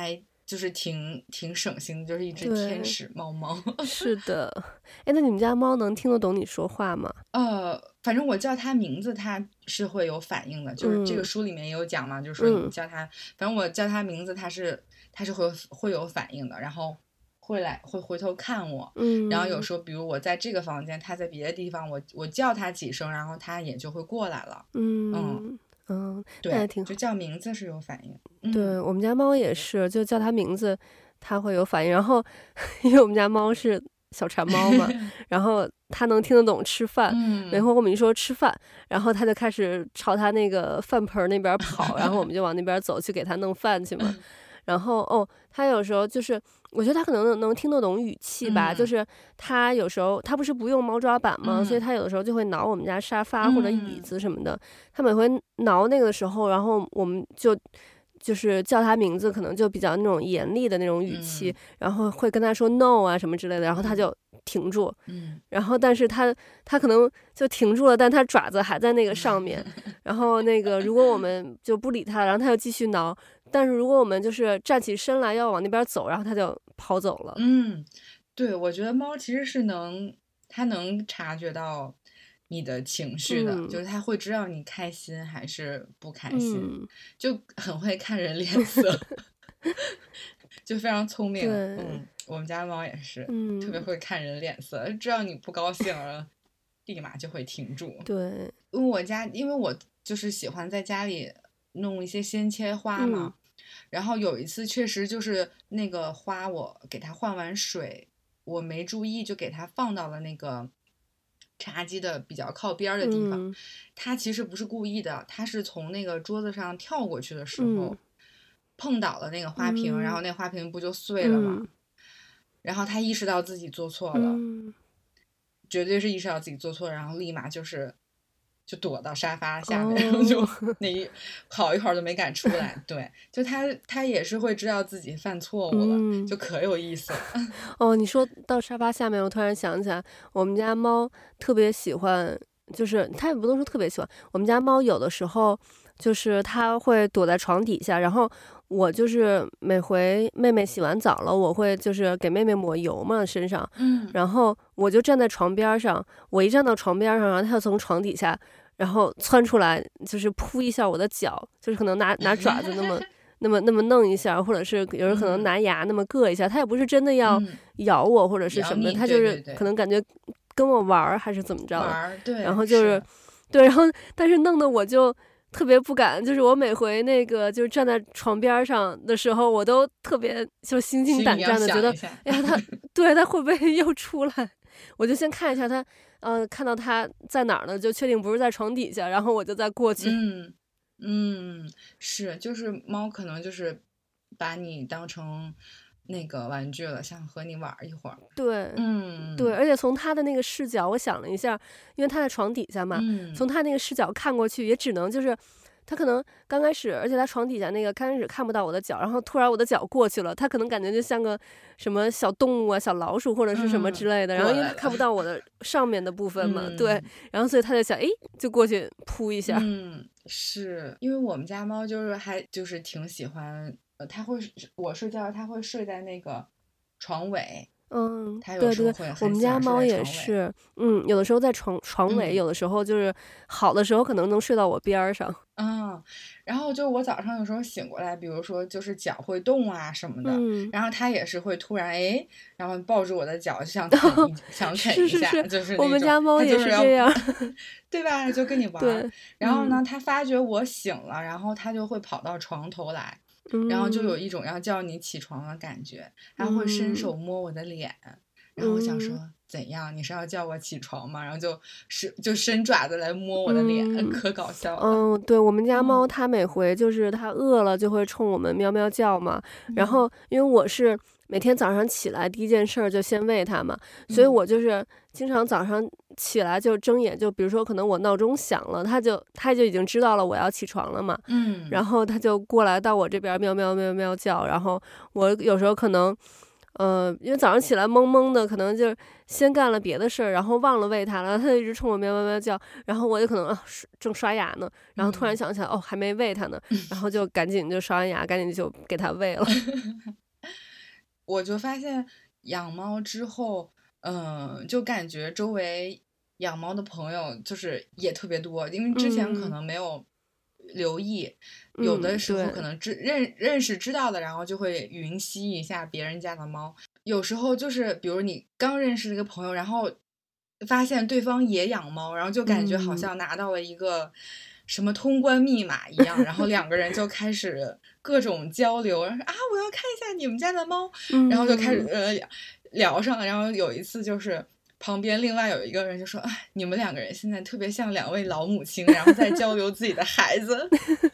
就是挺挺省心，就是一只天使猫猫。 是的。哎，那你们家猫能听得懂你说话吗？ 呃，反正我叫它名字，它是会有反应的。就是这个书里面也有讲嘛，嗯、就是说你叫它，反正我叫它名字，它是它是会有会有反应的，然后会来会回头看我。 嗯， 然后有时候比如我在这个房间，它在别的地方，我我叫它几声，然后它也就会过来了。 嗯嗯嗯， 对， 挺就叫名字是有反应。嗯、 对，我们家猫也是，就叫它名字，它会有反应。然后因为我们家猫是小馋猫嘛，然后它能听得懂吃饭， 嗯、 然后我们一说吃饭，然后它就开始朝它那个饭盆那边跑，然后我们就往那边走去给它弄饭去嘛。然后哦，它有时候就是，我觉得它可能能能听得懂语气吧， 嗯、 就是它有时候它不是不用猫抓板吗？ 嗯、 所以它有的时候就会挠我们家沙发或者椅子什么的。它、嗯、每回挠那个的时候，然后我们就就是叫它名字，可能就比较那种严厉的那种语气， 嗯、 然后会跟它说 no 啊什么之类的，然后它就停住。 嗯， 然后但是它它可能就停住了，但它爪子还在那个上面。然后那个如果我们就不理它，然后它就继续挠。但是如果我们就是站起身来要往那边走，然后它就跑走了。 嗯，对，我觉得猫其实是能，它能察觉到你的情绪的， 嗯、 就是它会知道你开心还是不开心， 嗯、 就很会看人脸色，就非常聪明。嗯，我们家猫也是， 嗯、 特别会看人脸色，知道你不高兴了，立马就会停住。 对， 因为我家，因为我就是喜欢在家里弄一些鲜切花嘛。 嗯然后有一次确实就是那个花我给它换完水，我没注意就给它放到了那个茶几的比较靠边的地方。 嗯、 它其实不是故意的，它是从那个桌子上跳过去的时候、 嗯、 碰倒了那个花瓶、 嗯、 然后那花瓶不就碎了吗、 嗯、 然后它意识到自己做错了、 嗯、 绝对是意识到自己做错了，然后立马就是就躲到沙发下面、哦、然后就那一好一会儿都没敢出来。对，就他他也是会知道自己犯错误了、嗯、就可有意思了。 哦，你说到沙发下面，我突然想起来，我们家猫特别喜欢，就是它也不能说特别喜欢，我们家猫有的时候就是它会躲在床底下，然后我就是每回妹妹洗完澡了，我会就是给妹妹抹油嘛身上， 嗯， 然后我就站在床边上，我一站到床边上，然后它就从床底下然后窜出来，就是扑一下我的脚，就是可能拿拿爪子那么那么那么弄一下，或者是有人可能拿牙那么硌一下，它也不是真的要咬我或者是什么的，它就是可能感觉跟我玩还是怎么着的， 对， 然后就是对，然后但是弄得我就特别不敢，就是我每回那个就是站在床边上的时候，我都特别就心惊胆战的，觉得哎呀，他对他会不会又出来？我就先看一下他，呃，看到他在哪儿呢，就确定不是在床底下，然后我就再过去。 嗯嗯，是，就是猫可能就是把你当成那个玩具了，想和你玩一会儿。 对， 嗯， 对，而且从他的那个视角，我想了一下，因为他在床底下嘛， 嗯、 从他那个视角看过去，也只能就是。他可能刚开始，而且他床底下那个刚开始看不到我的脚，然后突然我的脚过去了，他可能感觉就像个什么小动物啊、小老鼠或者是什么之类的， 嗯、 然后因为他看不到我的上面的部分嘛， 嗯、 对，然后所以他就想，哎，就过去扑一下。 嗯，是因为我们家猫就是还就是挺喜欢，呃，它会我睡觉，它会睡在那个床尾。 嗯， 它有时候会对对，我们家猫也是，嗯，有的时候在床床尾、嗯，有的时候就是好的时候可能能睡到我边上。 嗯，然后就我早上有时候醒过来，比如说就是脚会动啊什么的， 嗯、 然后它也是会突然哎，然后抱住我的脚，就想啃一、哦、想啃一下， 是是是就是我们家猫也是这样， 对吧？就跟你玩。然后呢，它发觉我醒了，然后它就会跑到床头来。然后就有一种要叫你起床的感觉，他会伸手摸我的脸，嗯、然后我想说、嗯、怎样？你是要叫我起床吗？然后就是就伸爪子来摸我的脸，嗯、可搞笑了。 嗯，对，我们家猫它每回就是它饿了就会冲我们喵喵叫嘛， 嗯、 然后因为我是每天早上起来第一件事就先喂它嘛，所以我就是经常早上起来就睁眼，就比如说可能我闹钟响了，它就它就已经知道了我要起床了嘛， 嗯， 然后它就过来到我这边喵喵喵喵叫，然后我有时候可能，呃，因为早上起来懵懵的，可能就先干了别的事儿，然后忘了喂它了，它就一直冲我喵喵喵叫，然后我就可能啊正刷牙呢，然后突然想起来、嗯、哦还没喂它呢，然后就赶紧就刷完牙，赶紧就给它喂了。 我就发现养猫之后，嗯，就感觉周围养猫的朋友就是也特别多，因为之前可嗯能没有留意，有嗯， 的时候对， 可能知认认识知道的，然后就会云吸一下别人家的猫。有时候就是比如你刚认识一个朋友，然后发现对方也养猫，然后就感觉好嗯像拿到了一个什么通关密码一样，然后两个人就开始各种交流，然后说啊，我要看一下你们家的猫，然后就开始嗯。 呃聊上了。然后有一次就是旁边另外有一个人就说，哎，你们两个人现在特别像两位老母亲，然后在交流自己的孩子。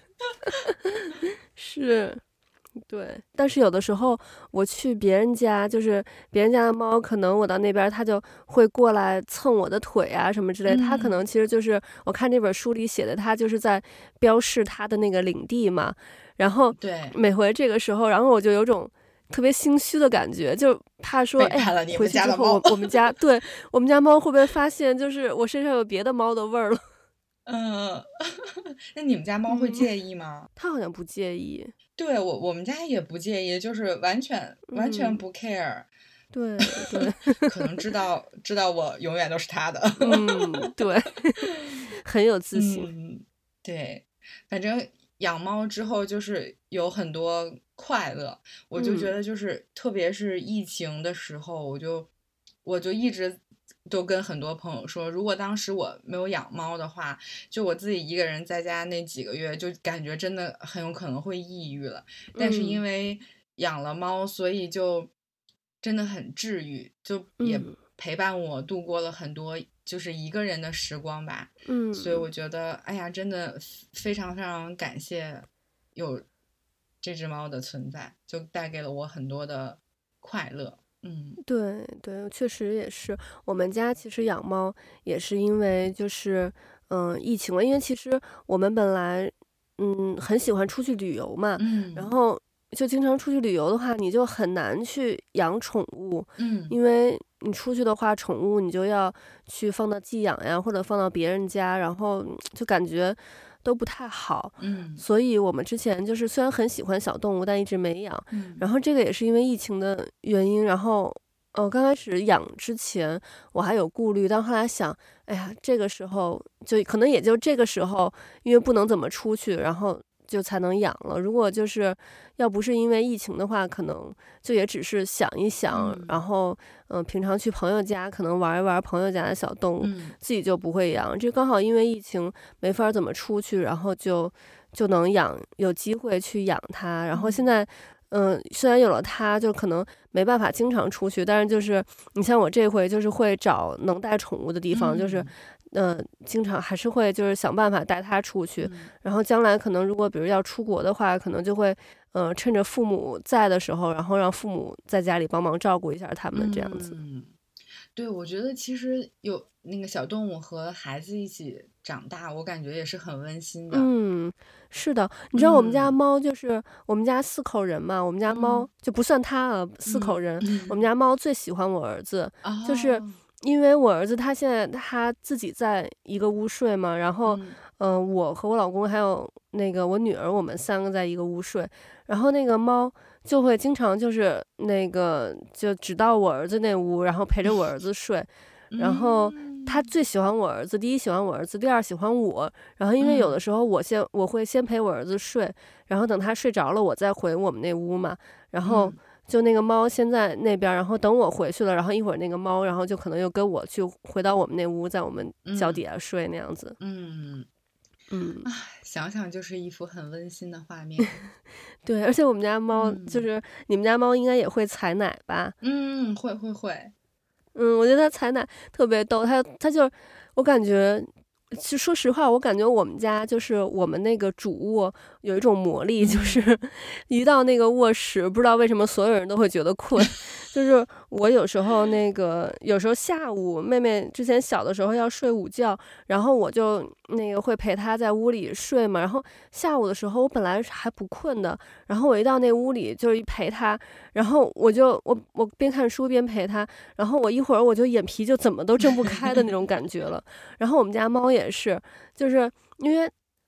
是，对。但是有的时候我去别人家，就是别人家的猫，可能我到那边儿它就会过来蹭我的腿啊什么之类。它可能嗯， 其实就是我看这本书里写的，它就是在标示它的那个领地嘛。然后对， 每回这个时候，然后我就有种特别心虚的感觉，就怕说， 背哎呀， 叛了你们回去之后家的猫。 我我们家对我们家猫会不会发现，就是我身上有别的猫的味儿了？ 嗯，那你们家猫会嗯， 介意吗？ 它好像不介意。 对，我我们家也不介意，就是完全完全嗯， 不 care。 对对。 可能知道知道我永远都是他的。 嗯，对，很有自信。 嗯，对，反正养猫之后就是有很多快乐，我就觉嗯得就是特别是疫情的时候，我就我就一直都跟很多朋友说，如果当时我没有养猫的话，就我自己一个人在家那几个月，就感觉真的很有可能会抑郁了。但是因嗯为养了猫，所以就真的很治愈，就也嗯陪伴我度过了很多就是一个人的时光吧。所以嗯， 我觉得，哎呀，真的非常非常感谢有这只猫的存在，就带给了我很多的快乐。嗯对对，确实也是。我们家其实养猫也是因为就是嗯疫情了，因为其实我们本来嗯很喜欢出去旅游嘛，然嗯后就经常出去旅游的话，你就很难去养宠物， 嗯因为你出去的话，宠物你就要去放到寄养呀，或者放到别人家，然后嗯就感觉都不太好。 嗯所以我们之前就是虽然很喜欢小动物，但一直没养。 嗯然后这个也是因为疫情的原因，然后呃刚开始养之前我还有顾虑，但后来想，哎呀，这个时候就可能也就这个时候，因为不能怎么出去，然后就才能养了。如果就是要不是因为疫情的话，可能就也只是想一想， 嗯然后嗯、呃平常去朋友家可能玩一玩朋友家的小动物， 嗯自己就不会养。这刚好因为疫情没法怎么出去，然后就就能养，有机会去养它。然后现嗯在。嗯，虽然有了它，就可能没办法经常出去，但是就是你像我这回就是会找能带宠物的地方，就是嗯嗯、呃经常还是会就是想办法带它出去。 嗯然后将来可能如果比如要出国的话，可能就会呃趁着父母在的时候，然后让父母在家里帮忙照顾一下他们这样子。 嗯，对，我觉得其实有那个小动物和孩子一起长大，我感觉也是很温馨的。 嗯，是的，你知道我们家嗯猫就是我们家四口人嘛，我们家猫嗯就不算它啊，四口嗯人，我们嗯， 家猫最喜欢我儿子，就是哦， 因为我儿子他现在他自己在一个屋睡嘛，然后嗯嗯、呃我和我老公还有那个我女儿，我们三个在一个屋睡，然后那个猫就会经常就是那个就只到我儿子那屋，然后陪着我儿子睡，然后。他嗯最喜欢我儿子，第一喜欢我儿子，第二喜欢我。然后因为有的嗯时候我先我会先陪我儿子睡，然后等他睡着了，我再回我们那屋嘛。然后嗯就那个猫先在那边，然后等我回去了，然后一会儿那个猫，然后就可能又跟我去回到我们那屋，在我们脚底嗯下睡那样子。 嗯， 嗯， 唉，想想就是一幅很温馨的画面。 对，而且我们家猫就嗯是你们家猫应该也会采奶吧？ 嗯，会会会。 嗯，我觉得它采奶特别逗，它它就我感觉。其实说实话，我感觉我们家就是我们那个主卧有一种魔力，就嗯是一到那个卧室，不知道为什么所有人都会觉得困。就是我有时候那个有时候下午妹妹之前小的时候要睡午觉，然后我就那个会陪她在屋里睡嘛。然后下午的时候我本来还不困的，然后我一到那屋里就是一陪她，然后我就我我边看书边陪她，然后我一会儿我就眼皮就怎么都睁不开的那种感觉了。然后我们家猫也是，就是因为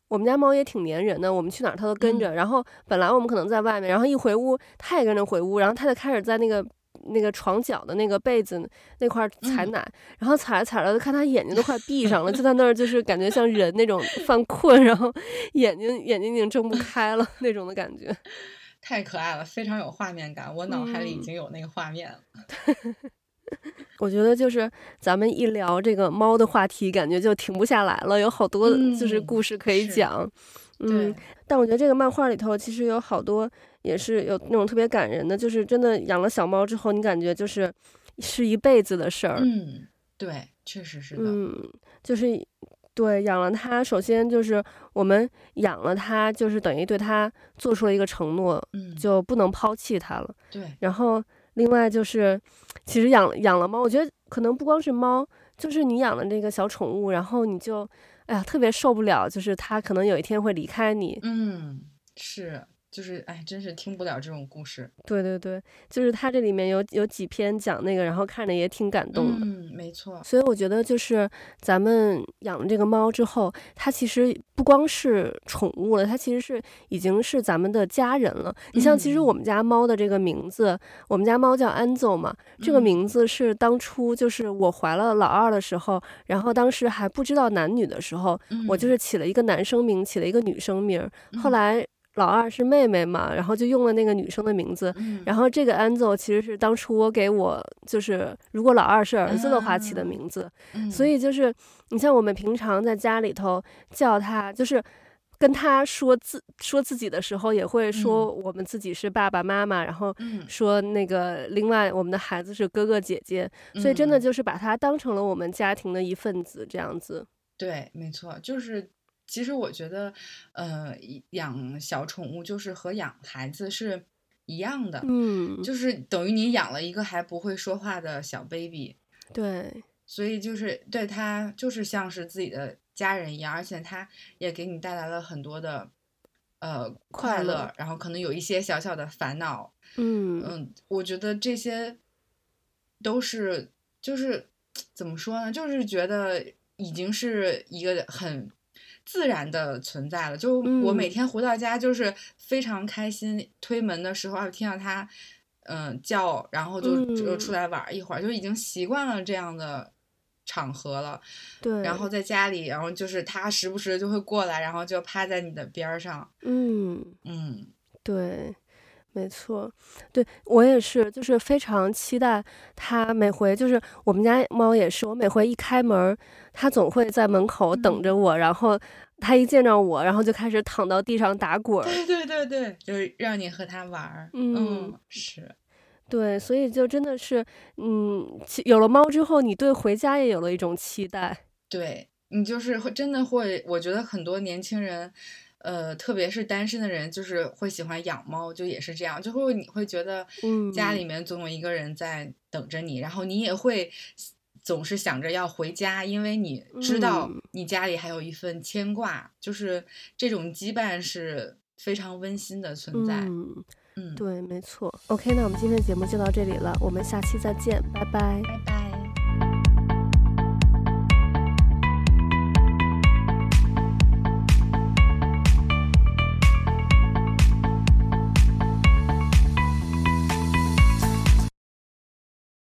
我们家猫也挺粘人的，我们去哪儿它都跟着。 嗯、 然后本来我们可能在外面，然后一回屋它也跟着回屋，然后它就开始在那个那个床角的那个被子那块踩奶，嗯、然后踩着踩着就看它眼睛都快闭上了，就在那儿就是感觉像人那种犯困，然后眼睛眼睛已经睁不开了那种的感觉。 太可爱了，非常有画面感，我脑海里已经有那个画面了。 嗯我觉得就是咱们一聊这个猫的话题，感觉就停不下来了，有好多就是故事可以讲。 嗯， 嗯，但我觉得这个漫画里头其实有好多也是有那种特别感人的，就是真的养了小猫之后，你感觉就是是一辈子的事儿。 嗯，对，确实是的。 嗯，就是对养了它，首先就是我们养了它，就是等于对它做出了一个承诺， 嗯， 就不能抛弃它了。 对， 然后。另外就是，其实养养了猫，我觉得可能不光是猫，就是你养了这个小宠物，然后你就，哎呀，特别受不了，就是它可能有一天会离开你。 嗯，是，就是哎，真是听不了这种故事。 对对对，就是它这里面有有几篇讲那个，然后看着也挺感动的。 嗯，没错。 所以我觉得就是咱们养了这个猫之后，它其实不光是宠物了，它其实是已经是咱们的家人了。你像其实我们家猫的这个名字，嗯、我们家猫叫安奏嘛，这个名字是当初就是我怀了老二的时候，然后当时还不知道男女的时候， 嗯、 我就是起了一个男生名，起了一个女生名，后来。老二是妹妹嘛，然后就用了那个女生的名字， 嗯、 然后这个安奏其实是当初我给我就是如果老二是儿子的话起的名字， 嗯、 所以就是你像我们平常在家里头叫他，就是跟他说自说自己的时候，也会说我们自己是爸爸妈妈，嗯、然后说那个另外我们的孩子是哥哥姐姐， 嗯、 所以真的就是把他当成了我们家庭的一份子这样子。 对，没错，就是。其实我觉得，呃，养小宠物就是和养孩子是一样的， 嗯， 就是等于你养了一个还不会说话的小 baby， 对， 所以就是对他就是像是自己的家人一样，而且他也给你带来了很多的呃快乐， 快乐然后可能有一些小小的烦恼， 嗯嗯，我觉得这些都是就是怎么说呢，就是觉得已经是一个很。自然的存在了，就我每天回到家就是非常开心，嗯、推门的时候啊听到它，嗯、呃、叫，然后就就出来玩一会儿，嗯、就已经习惯了这样的场合了。 对， 然后在家里，然后就是它时不时就会过来，然后就趴在你的边上。 嗯嗯， 对。没错，对我也是，就是非常期待它每回，就是我们家猫也是，我每回一开门，它总会在门口等着我，嗯、然后它一见着我，然后就开始躺到地上打滚。 对对对对，就是让你和它玩。 嗯， 嗯是， 对，所以就真的是，嗯，有了猫之后，你对回家也有了一种期待。 对，你就是会真的会，我觉得很多年轻人。呃，特别是单身的人，就是会喜欢养猫，就也是这样，就会你会觉得家里面总有一个人在等着你，嗯、然后你也会总是想着要回家，因为你知道你家里还有一份牵挂，嗯、就是这种羁绊是非常温馨的存在。 嗯， 嗯对，没错。OK，那我们今天的节目就到这里了，我们下期再见，拜拜， 拜拜。